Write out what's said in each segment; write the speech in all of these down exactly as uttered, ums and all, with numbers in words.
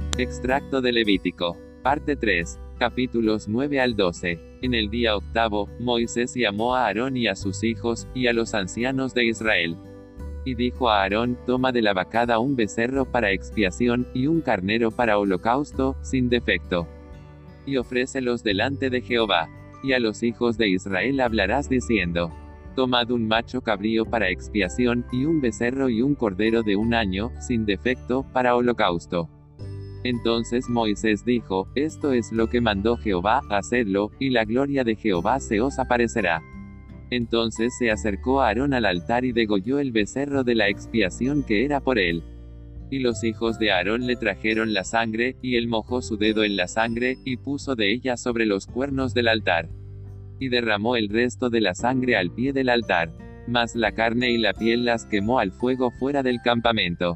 Extracto de Levítico. Parte tres. Capítulos nueve al doce. En el día octavo, Moisés llamó a Aarón y a sus hijos, y a los ancianos de Israel. Y dijo a Aarón: toma de la vacada un becerro para expiación, y un carnero para holocausto, sin defecto. Y ofrécelos delante de Jehová. Y a los hijos de Israel hablarás diciendo: tomad un macho cabrío para expiación, y un becerro y un cordero de un año, sin defecto, para holocausto. Entonces Moisés dijo: esto es lo que mandó Jehová, hacedlo, y la gloria de Jehová se os aparecerá. Entonces se acercó Aarón al altar y degolló el becerro de la expiación que era por él. Y los hijos de Aarón le trajeron la sangre, y él mojó su dedo en la sangre, y puso de ella sobre los cuernos del altar. Y derramó el resto de la sangre al pie del altar. Mas la carne y la piel las quemó al fuego fuera del campamento.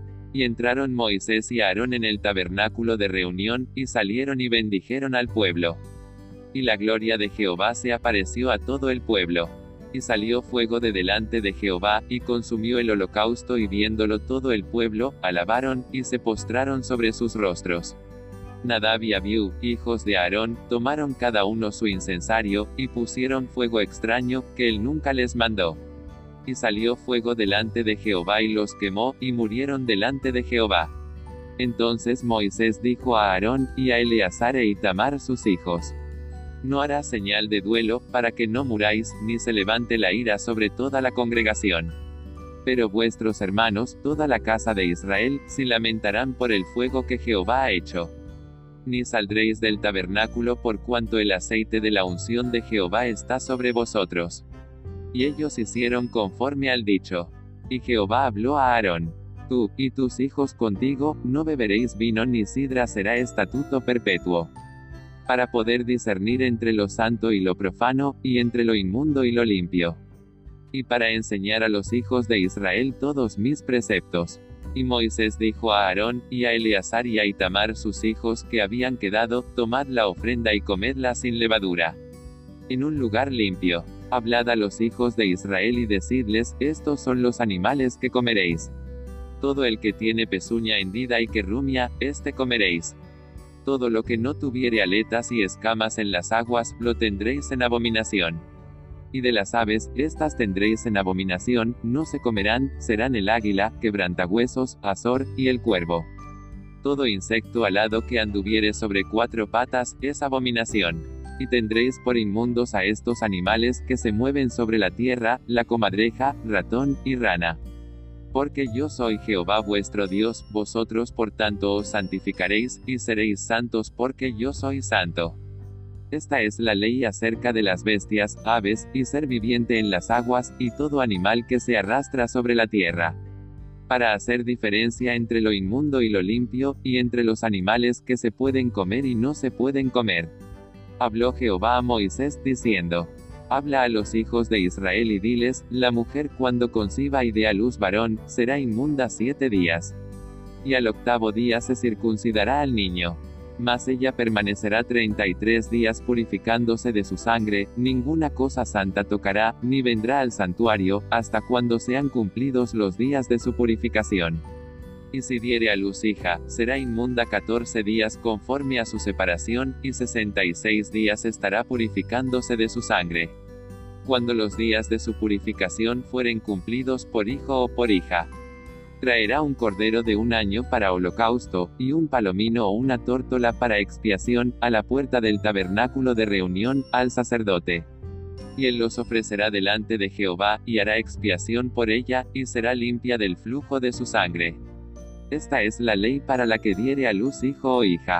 Y entraron Moisés y Aarón en el tabernáculo de reunión, y salieron y bendijeron al pueblo. Y la gloria de Jehová se apareció a todo el pueblo. Y salió fuego de delante de Jehová, y consumió el holocausto, y viéndolo todo el pueblo, alabaron, y se postraron sobre sus rostros. Nadab y Abiú, hijos de Aarón, tomaron cada uno su incensario, y pusieron fuego extraño, que él nunca les mandó. Y salió fuego delante de Jehová y los quemó, y murieron delante de Jehová. Entonces Moisés dijo a Aarón, y a Eleazar e Itamar sus hijos: no hará señal de duelo, para que no muráis, ni se levante la ira sobre toda la congregación. Pero vuestros hermanos, toda la casa de Israel, se lamentarán por el fuego que Jehová ha hecho. Ni saldréis del tabernáculo por cuanto el aceite de la unción de Jehová está sobre vosotros. Y ellos hicieron conforme al dicho. Y Jehová habló a Aarón: tú, y tus hijos contigo, no beberéis vino ni sidra, será estatuto perpetuo. Para poder discernir entre lo santo y lo profano, y entre lo inmundo y lo limpio. Y para enseñar a los hijos de Israel todos mis preceptos. Y Moisés dijo a Aarón, y a Eleazar y a Itamar sus hijos que habían quedado: tomad la ofrenda y comedla sin levadura. En un lugar limpio. Hablad a los hijos de Israel y decidles: estos son los animales que comeréis. Todo el que tiene pezuña hendida y que rumia, este comeréis. Todo lo que no tuviere aletas y escamas en las aguas, lo tendréis en abominación. Y de las aves, estas tendréis en abominación, no se comerán, serán el águila, quebrantahuesos, azor, y el cuervo. Todo insecto alado que anduviere sobre cuatro patas, es abominación. Y tendréis por inmundos a estos animales que se mueven sobre la tierra, la comadreja, ratón, y rana. Porque yo soy Jehová vuestro Dios, vosotros por tanto os santificaréis, y seréis santos porque yo soy santo. Esta es la ley acerca de las bestias, aves, y ser viviente en las aguas, y todo animal que se arrastra sobre la tierra. Para hacer diferencia entre lo inmundo y lo limpio, y entre los animales que se pueden comer y no se pueden comer. Habló Jehová a Moisés diciendo: habla a los hijos de Israel y diles: la mujer cuando conciba y dé a luz varón, será inmunda siete días. Y al octavo día se circuncidará al niño. Mas ella permanecerá treinta y tres días purificándose de su sangre, ninguna cosa santa tocará, ni vendrá al santuario, hasta cuando sean cumplidos los días de su purificación. Y si diere a luz hija, será inmunda catorce días conforme a su separación, y sesenta y seis días estará purificándose de su sangre. Cuando los días de su purificación fueren cumplidos por hijo o por hija, traerá un cordero de un año para holocausto, y un palomino o una tórtola para expiación, a la puerta del tabernáculo de reunión, al sacerdote. Y él los ofrecerá delante de Jehová, y hará expiación por ella, y será limpia del flujo de su sangre. Esta es la ley para la que diere a luz hijo o hija.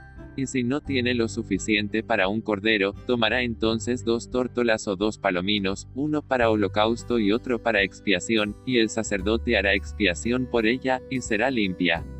Y si no tiene lo suficiente para un cordero, tomará entonces dos tórtolas o dos palominos, uno para holocausto y otro para expiación, y el sacerdote hará expiación por ella, y será limpia.